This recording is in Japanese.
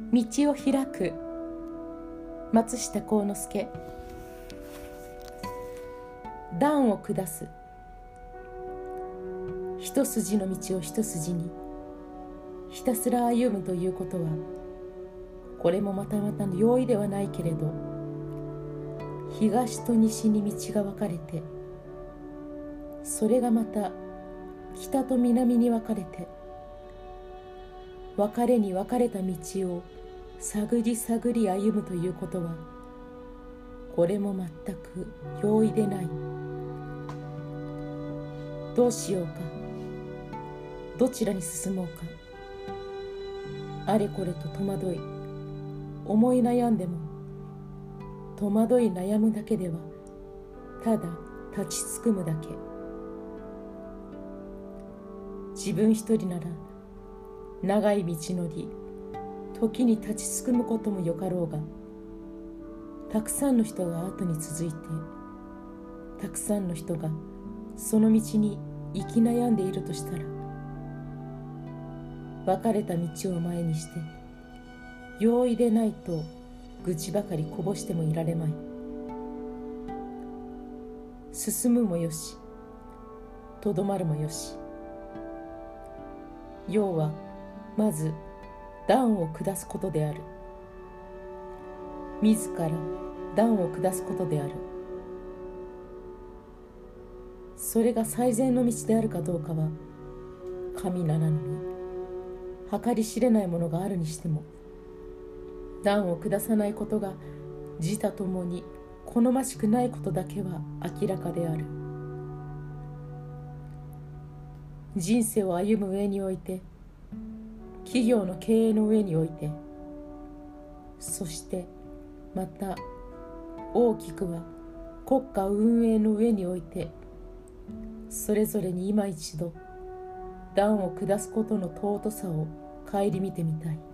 道を開く松下幸之助。段を下す。一筋の道を一筋にひたすら歩むということは、これもまたの容易ではないけれど、東と西に道が分かれて、それがまた北と南に分かれて、別れに分かれた道を探り探り歩むということは、これも全く容易でない。どうしようか、どちらに進もうか、あれこれと戸惑い思い悩んでも、戸惑い悩むだけではただ立ちすくむだけ。自分一人なら長い道のり、時に立ちすくむこともよかろうが、たくさんの人が後に続いて、たくさんの人がその道に生き悩んでいるとしたら、別れた道を前にして容易でないと愚痴ばかりこぼしてもいられまい。進むもよし、とどまるもよし。要はまず段を下すことである。自ら段を下すことである。それが最善の道であるかどうかは神ならぬに計り知れないものがあるにしても、段を下さないことが自他ともに好ましくないことだけは明らかである。人生を歩む上において、企業の経営の上において、そしてまた大きくは国家運営の上において、それぞれに今一度段を下すことの尊さを顧みてみたい。